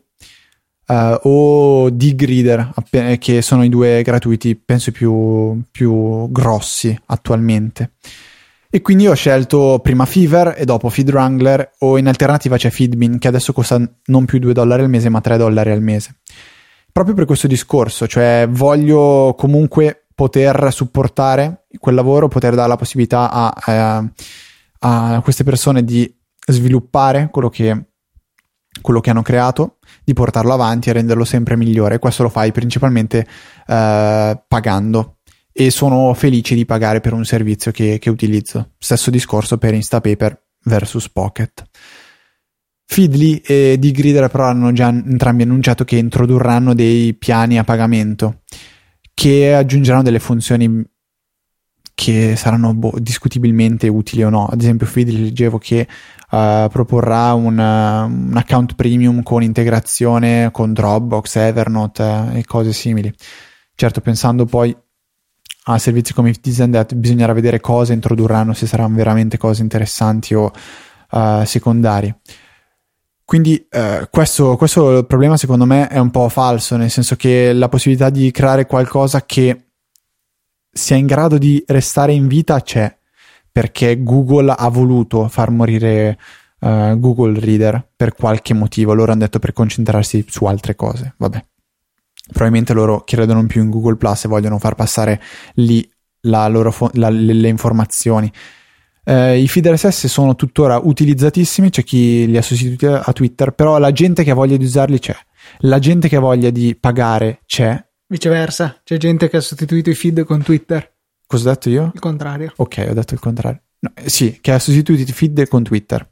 B: o Dig Reader, che sono i 2 gratuiti penso più grossi attualmente, e quindi ho scelto prima Fever e dopo FeedWrangler, o in alternativa c'è Feedbin, che adesso costa non più $2 al mese ma $3 al mese, proprio per questo discorso, cioè voglio comunque poter supportare quel lavoro, poter dare la possibilità a queste persone di sviluppare quello che quello che hanno creato, di portarlo avanti e renderlo sempre migliore. Questo lo fai principalmente pagando, e sono felice di pagare per un servizio che utilizzo. Stesso discorso per Instapaper versus Pocket. Feedly e Digreader però hanno già entrambi annunciato che introdurranno dei piani a pagamento che aggiungeranno delle funzioni che saranno discutibilmente utili o no. Ad esempio Feedly leggevo che proporrà un account premium con integrazione con Dropbox, Evernote e cose simili. Certo, pensando poi a servizi come If This and That, bisognerà vedere cosa introdurranno, se saranno veramente cose interessanti o secondarie. Quindi questo problema secondo me è un po' falso, nel senso che la possibilità di creare qualcosa che sia in grado di restare in vita c'è, perché Google ha voluto far morire Google Reader per qualche motivo. Loro hanno detto per concentrarsi su altre cose. Vabbè, probabilmente loro credono più in Google Plus e vogliono far passare lì le informazioni. I feed RSS sono tuttora utilizzatissimi, c'è chi li ha sostituiti a Twitter, però la gente che ha voglia di usarli c'è, la gente che ha voglia di pagare c'è.
A: Viceversa, c'è gente che ha sostituito i feed con Twitter.
B: Cosa ho detto io?
A: Il contrario.
B: Ok, ho detto il contrario. No, sì, che ha sostituito i feed con Twitter.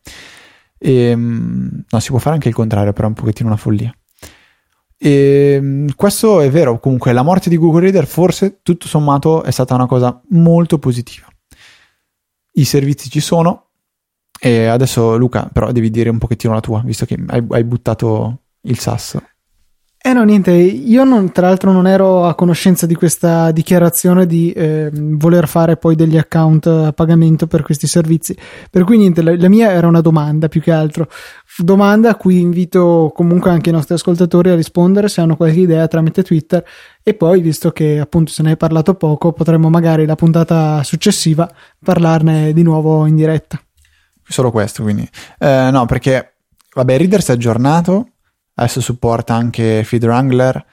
B: No, si può fare anche il contrario, però è un pochettino una follia. Questo è vero. Comunque la morte di Google Reader forse tutto sommato è stata una cosa molto positiva. I servizi ci sono, e adesso Luca però devi dire un pochettino la tua, visto che hai buttato il sasso.
A: No, niente, io tra l'altro non ero a conoscenza di questa dichiarazione di voler fare poi degli account a pagamento per questi servizi, per cui niente, la mia era una domanda più che altro, domanda a cui invito comunque anche i nostri ascoltatori a rispondere se hanno qualche idea tramite Twitter, e poi visto che appunto se ne è parlato poco, potremmo magari la puntata successiva parlarne di nuovo in diretta.
B: Solo questo, quindi no, perché vabbè, Reader si è aggiornato. Adesso supporta anche FeedWrangler.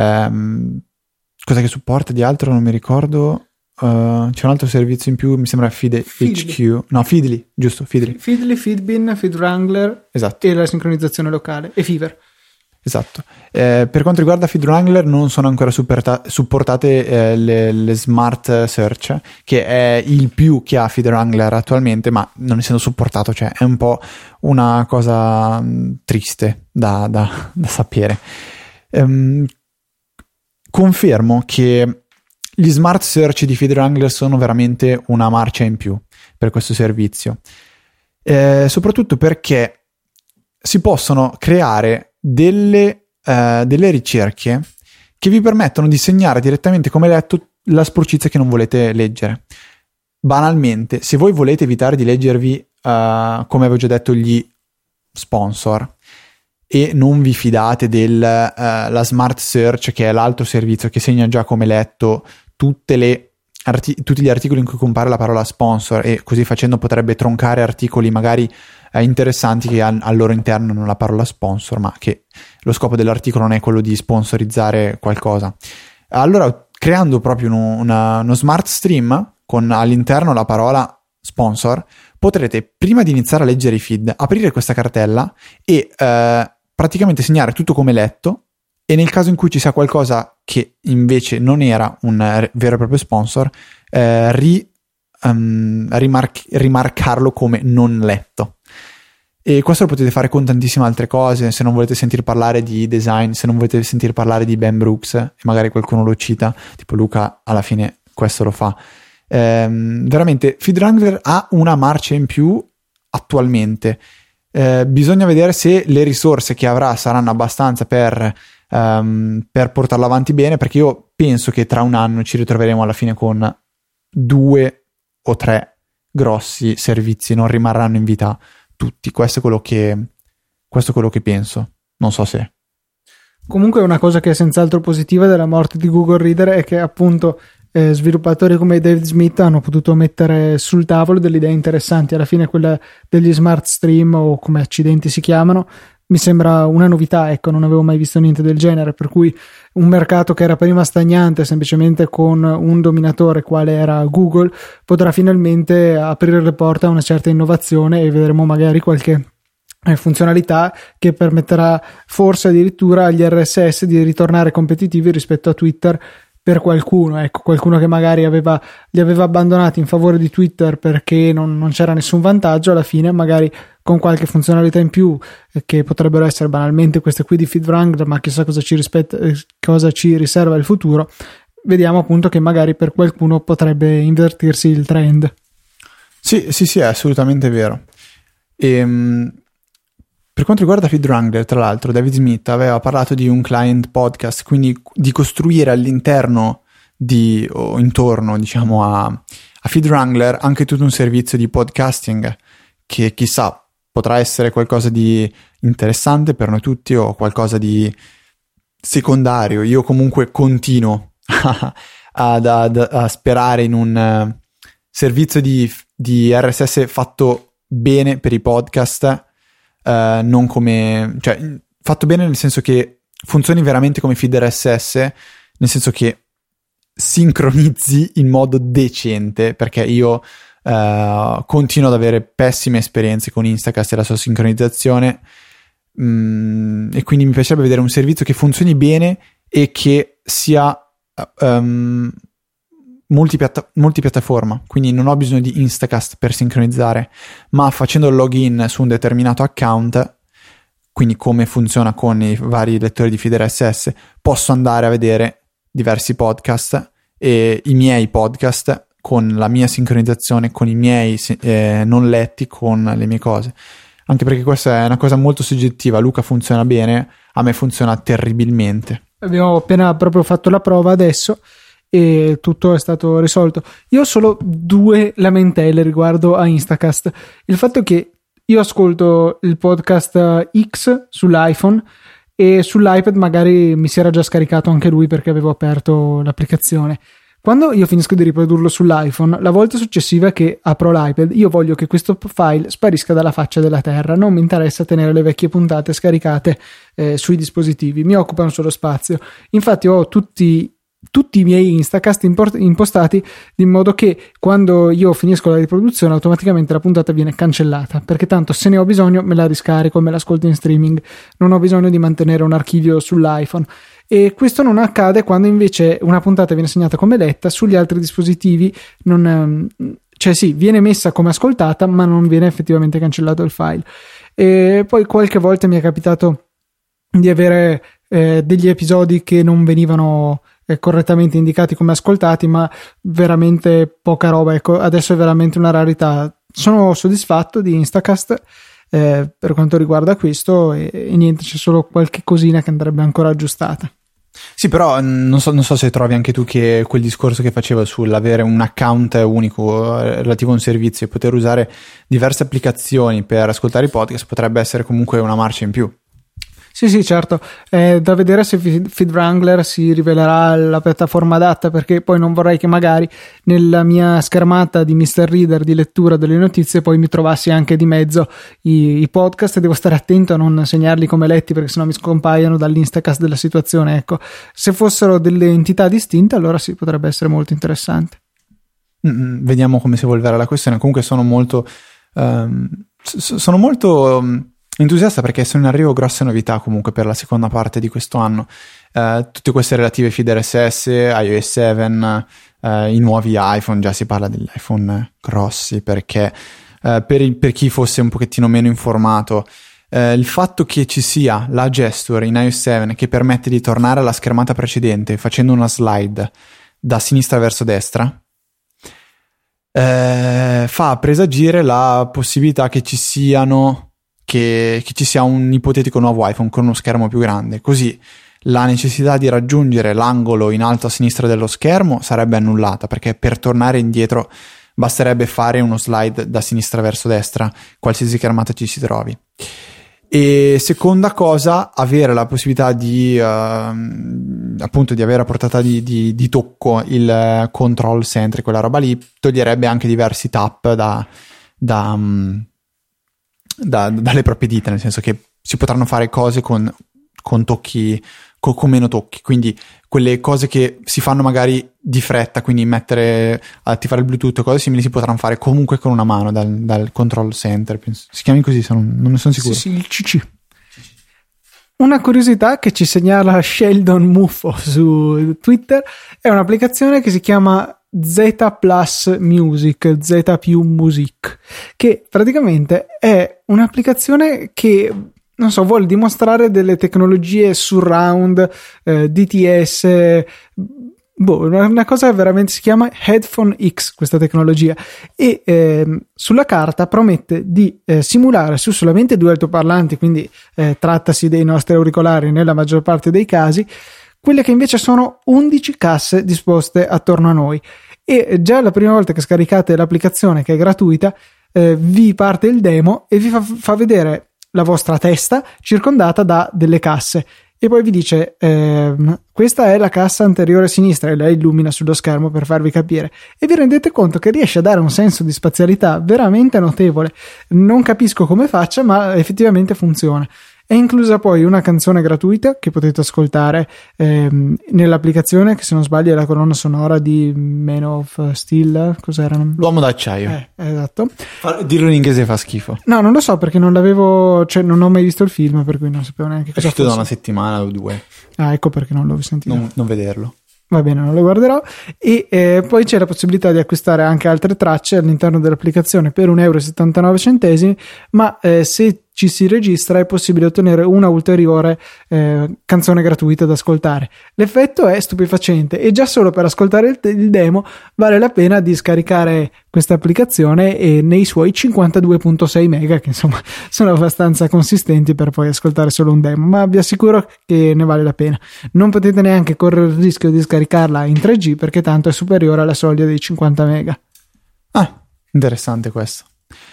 B: Cosa che supporta di altro non mi ricordo. C'è un altro servizio in più, mi sembra HQ. No, Feedly, giusto, Feedly.
A: Feedly, Feedbin, FeedWrangler,
B: esatto.
A: E la sincronizzazione locale, e Fever.
B: Esatto. Per quanto riguarda FeedWrangler non sono ancora supportate le smart search, che è il più che ha FeedWrangler attualmente, ma non essendo supportato, cioè è un po' una cosa triste da sapere. Confermo che gli smart search di FeedWrangler sono veramente una marcia in più per questo servizio, soprattutto perché si possono creare delle ricerche che vi permettono di segnare direttamente come letto la sporcizia che non volete leggere. Banalmente, se voi volete evitare di leggervi, come avevo già detto, gli sponsor, e non vi fidate della Smart Search, che è l'altro servizio che segna già come letto tutti gli articoli in cui compare la parola sponsor, e così facendo potrebbe troncare articoli magari interessanti che al loro interno hanno la parola sponsor, ma che lo scopo dell'articolo non è quello di sponsorizzare qualcosa. Allora, creando proprio uno smart stream con all'interno la parola sponsor, potrete, prima di iniziare a leggere i feed, aprire questa cartella e praticamente segnare tutto come letto, e nel caso in cui ci sia qualcosa che invece non era un vero e proprio sponsor, rimarcarlo come non letto. E questo lo potete fare con tantissime altre cose. Se non volete sentir parlare di design, se non volete sentir parlare di Ben Brooks e magari qualcuno lo cita, tipo Luca, alla fine questo lo fa. Veramente FeedWrangler ha una marcia in più attualmente. Bisogna vedere se le risorse che avrà saranno abbastanza per portarlo avanti bene, perché io penso che tra un anno ci ritroveremo alla fine con 2 o 3 grossi servizi, non rimarranno in vita tutti. Questo è quello che penso. Non so se.
A: Comunque una cosa che è senz'altro positiva della morte di Google Reader è che appunto sviluppatori come David Smith hanno potuto mettere sul tavolo delle idee interessanti. Alla fine quella degli smart stream, o come accidenti si chiamano, mi sembra una novità, ecco, non avevo mai visto niente del genere, per cui un mercato che era prima stagnante semplicemente con un dominatore quale era Google potrà finalmente aprire le porte a una certa innovazione, e vedremo magari qualche funzionalità che permetterà forse addirittura agli RSS di ritornare competitivi rispetto a Twitter per qualcuno, ecco, qualcuno che magari li aveva abbandonati in favore di Twitter perché non c'era nessun vantaggio. Alla fine magari con qualche funzionalità in più, che potrebbero essere banalmente queste qui di FeedWrangler, ma chissà cosa ci riserva il futuro, vediamo appunto che magari per qualcuno potrebbe invertirsi il trend.
B: Sì, è assolutamente vero. Per quanto riguarda FeedWrangler, tra l'altro, David Smith aveva parlato di un client podcast, quindi di costruire all'interno o intorno, diciamo, a FeedWrangler anche tutto un servizio di podcasting che chissà potrà essere qualcosa di interessante per noi tutti o qualcosa di secondario. Io comunque continuo a sperare in un servizio di RSS fatto bene per i podcast. Non come, cioè, fatto bene nel senso che funzioni veramente come feed RSS, nel senso che sincronizzi in modo decente, perché io continuo ad avere pessime esperienze con Instacast e la sua sincronizzazione, e quindi mi piacerebbe vedere un servizio che funzioni bene e che sia multipiattaforma, quindi non ho bisogno di Instacast per sincronizzare, ma facendo il login su un determinato account, quindi come funziona con i vari lettori di feed RSS, posso andare a vedere diversi podcast e i miei podcast con la mia sincronizzazione, con i miei non letti, con le mie cose, anche perché questa è una cosa molto soggettiva. Luca funziona bene, a me funziona terribilmente.
A: Abbiamo appena proprio fatto la prova adesso e tutto è stato risolto. Io ho solo 2 lamentele riguardo a Instacast. Il fatto che io ascolto il podcast X sull'iPhone e sull'iPad magari mi si era già scaricato anche lui perché avevo aperto l'applicazione. Quando io finisco di riprodurlo sull'iPhone, la volta successiva che apro l'iPad, io voglio che questo file sparisca dalla faccia della terra. Non mi interessa tenere le vecchie puntate scaricate sui dispositivi, mi occupano solo spazio. Infatti ho tutti i miei Instacast impostati in modo che quando io finisco la riproduzione automaticamente la puntata viene cancellata, perché tanto se ne ho bisogno me la riscarico e me l'ascolto in streaming, non ho bisogno di mantenere un archivio sull'iPhone. E questo non accade quando invece una puntata viene segnata come letta sugli altri dispositivi, cioè sì, viene messa come ascoltata ma non viene effettivamente cancellato il file. E poi qualche volta mi è capitato di avere degli episodi che non venivano correttamente indicati come ascoltati, ma veramente poca roba, ecco, adesso è veramente una rarità. Sono soddisfatto di Instacast per quanto riguarda questo e niente, c'è solo qualche cosina che andrebbe ancora aggiustata.
B: Sì, però non so se trovi anche tu che quel discorso che facevo sull'avere un account unico relativo a un servizio e poter usare diverse applicazioni per ascoltare i podcast potrebbe essere comunque una marcia in più.
A: Sì, certo, è da vedere se FeedWrangler si rivelerà la piattaforma adatta, perché poi non vorrei che magari nella mia schermata di Mr. Reader di lettura delle notizie poi mi trovassi anche di mezzo i podcast, e devo stare attento a non segnarli come letti perché sennò mi scompaiono dall'Instacast della situazione. Ecco, se fossero delle entità distinte allora sì, potrebbe essere molto interessante.
B: Vediamo come si evolverà la questione. Comunque sono molto entusiasta perché sono in arrivo grosse novità comunque per la seconda parte di questo anno, tutte queste relative feed RSS, iOS 7, i nuovi iPhone. Già si parla degli iPhone grossi perché per chi fosse un pochettino meno informato, il fatto che ci sia la gesture in iOS 7 che permette di tornare alla schermata precedente facendo una slide da sinistra verso destra fa presagire la possibilità che ci sia un ipotetico nuovo iPhone con uno schermo più grande, così la necessità di raggiungere l'angolo in alto a sinistra dello schermo sarebbe annullata, perché per tornare indietro basterebbe fare uno slide da sinistra verso destra qualsiasi schermata ci si trovi. E seconda cosa, avere la possibilità di appunto di avere a portata di tocco il control center, quella roba lì, toglierebbe anche diversi tap dalle proprie dita, nel senso che si potranno fare cose con tocchi con meno tocchi, quindi quelle cose che si fanno magari di fretta, quindi attivare il Bluetooth o cose simili, si potranno fare comunque con una mano dal control center, penso. Si chiami così, non ne sono sicuro.
A: Sì, il CC. Una curiosità che ci segnala Sheldon Muffo su Twitter è un'applicazione che si chiama Z Plus Music, Z più Music, che praticamente è un'applicazione che, non so, vuole dimostrare delle tecnologie surround, DTS, una cosa veramente, si chiama Headphone X questa tecnologia, e sulla carta promette di simulare su solamente 2 altoparlanti, quindi trattasi dei nostri auricolari nella maggior parte dei casi, quelle che invece sono 11 casse disposte attorno a noi. E già la prima volta che scaricate l'applicazione, che è gratuita, vi parte il demo e vi fa vedere la vostra testa circondata da delle casse, e poi vi dice questa è la cassa anteriore sinistra, e lei illumina sullo schermo per farvi capire, e vi rendete conto che riesce a dare un senso di spazialità veramente notevole. Non capisco come faccia, ma effettivamente funziona. È inclusa poi una canzone gratuita che potete ascoltare nell'applicazione, che se non sbaglio è la colonna sonora di Man of Steel, cos'erano?
B: L'uomo d'acciaio.
A: Esatto.
B: Dirlo in inglese fa schifo.
A: No, non lo so, perché non l'avevo, cioè non ho mai visto il film, per cui non sapevo neanche cosa fosse.
B: È uscito da una settimana o 2.
A: Ah, ecco perché non l'ho sentito.
B: Non vederlo.
A: Va bene, non lo guarderò. E poi c'è la possibilità di acquistare anche altre tracce all'interno dell'applicazione per €1,79, ma se ci si registra è possibile ottenere una ulteriore canzone gratuita da ascoltare. L'effetto è stupefacente, e già solo per ascoltare il demo vale la pena di scaricare questa applicazione e nei suoi 52.6 mega, che insomma sono abbastanza consistenti per poi ascoltare solo un demo, ma vi assicuro che ne vale la pena. Non potete neanche correre il rischio di scaricarla in 3G, perché tanto è superiore alla soglia dei 50 mega.
B: Ah, interessante questo.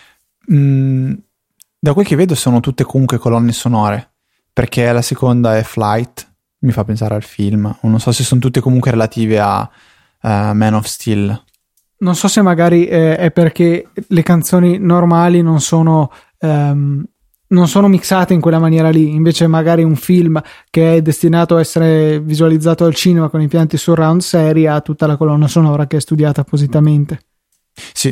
B: Da quel che vedo sono tutte comunque colonne sonore, perché la seconda è Flight, mi fa pensare al film, non so se sono tutte comunque relative a Man of Steel.
A: Non so se magari è perché le canzoni normali non sono mixate in quella maniera lì, invece magari un film che è destinato a essere visualizzato al cinema con impianti surround seri ha tutta la colonna sonora che è studiata appositamente.
B: Sì.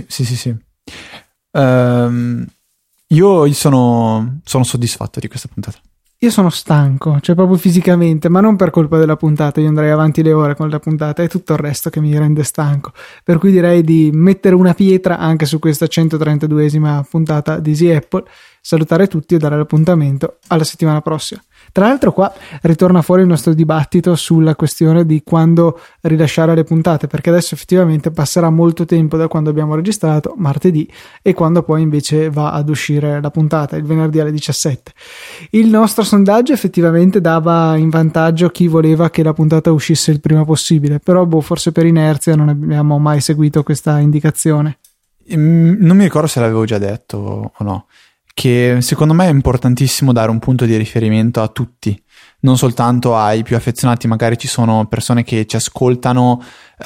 B: Io sono soddisfatto di questa puntata.
A: Io sono stanco, cioè proprio fisicamente, ma non per colpa della puntata. Io andrei avanti le ore con la puntata, è tutto il resto che mi rende stanco, per cui direi di mettere una pietra anche su questa 132esima puntata di Easy Apple, salutare tutti e dare l'appuntamento alla settimana prossima. Tra l'altro qua ritorna fuori il nostro dibattito sulla questione di quando rilasciare le puntate, perché adesso effettivamente passerà molto tempo da quando abbiamo registrato, martedì, e quando poi invece va ad uscire la puntata, il venerdì alle 17. Il nostro sondaggio effettivamente dava in vantaggio chi voleva che la puntata uscisse il prima possibile, però forse per inerzia non abbiamo mai seguito questa indicazione.
B: Non mi ricordo se l'avevo già detto o no, che secondo me è importantissimo dare un punto di riferimento a tutti, non soltanto ai più affezionati. Magari ci sono persone che ci ascoltano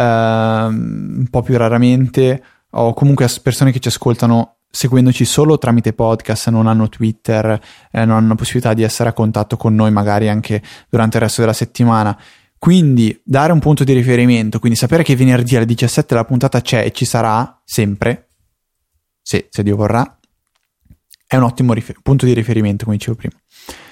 B: un po' più raramente, o comunque persone che ci ascoltano seguendoci solo tramite podcast, non hanno Twitter, non hanno possibilità di essere a contatto con noi magari anche durante il resto della settimana. Quindi dare un punto di riferimento, quindi sapere che venerdì alle 17 la puntata c'è e ci sarà sempre, se Dio vorrà, è un ottimo punto di riferimento, come dicevo prima.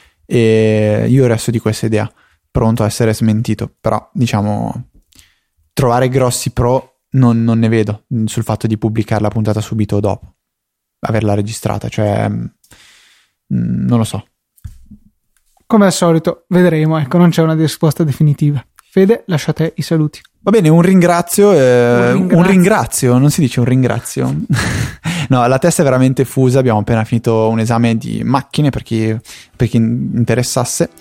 B: E io resto di questa idea, pronto a essere smentito, però diciamo trovare grossi pro non ne vedo sul fatto di pubblicare la puntata subito o dopo averla registrata, cioè non lo so.
A: Come al solito vedremo, ecco, non c'è una risposta definitiva. Fede, lascia a te i saluti.
B: Va bene, un ringrazio, non si dice un ringrazio. No, la testa è veramente fusa, abbiamo appena finito un esame di macchine per chi interessasse.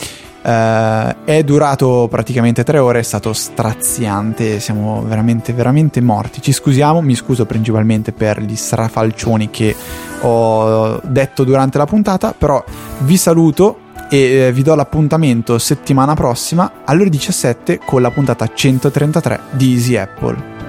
B: È durato praticamente 3 ore, è stato straziante, siamo veramente veramente morti. Ci scusiamo, mi scuso principalmente per gli strafalcioni che ho detto durante la puntata, però vi saluto e vi do l'appuntamento settimana prossima alle ore 17 con la puntata 133 di Easy Apple.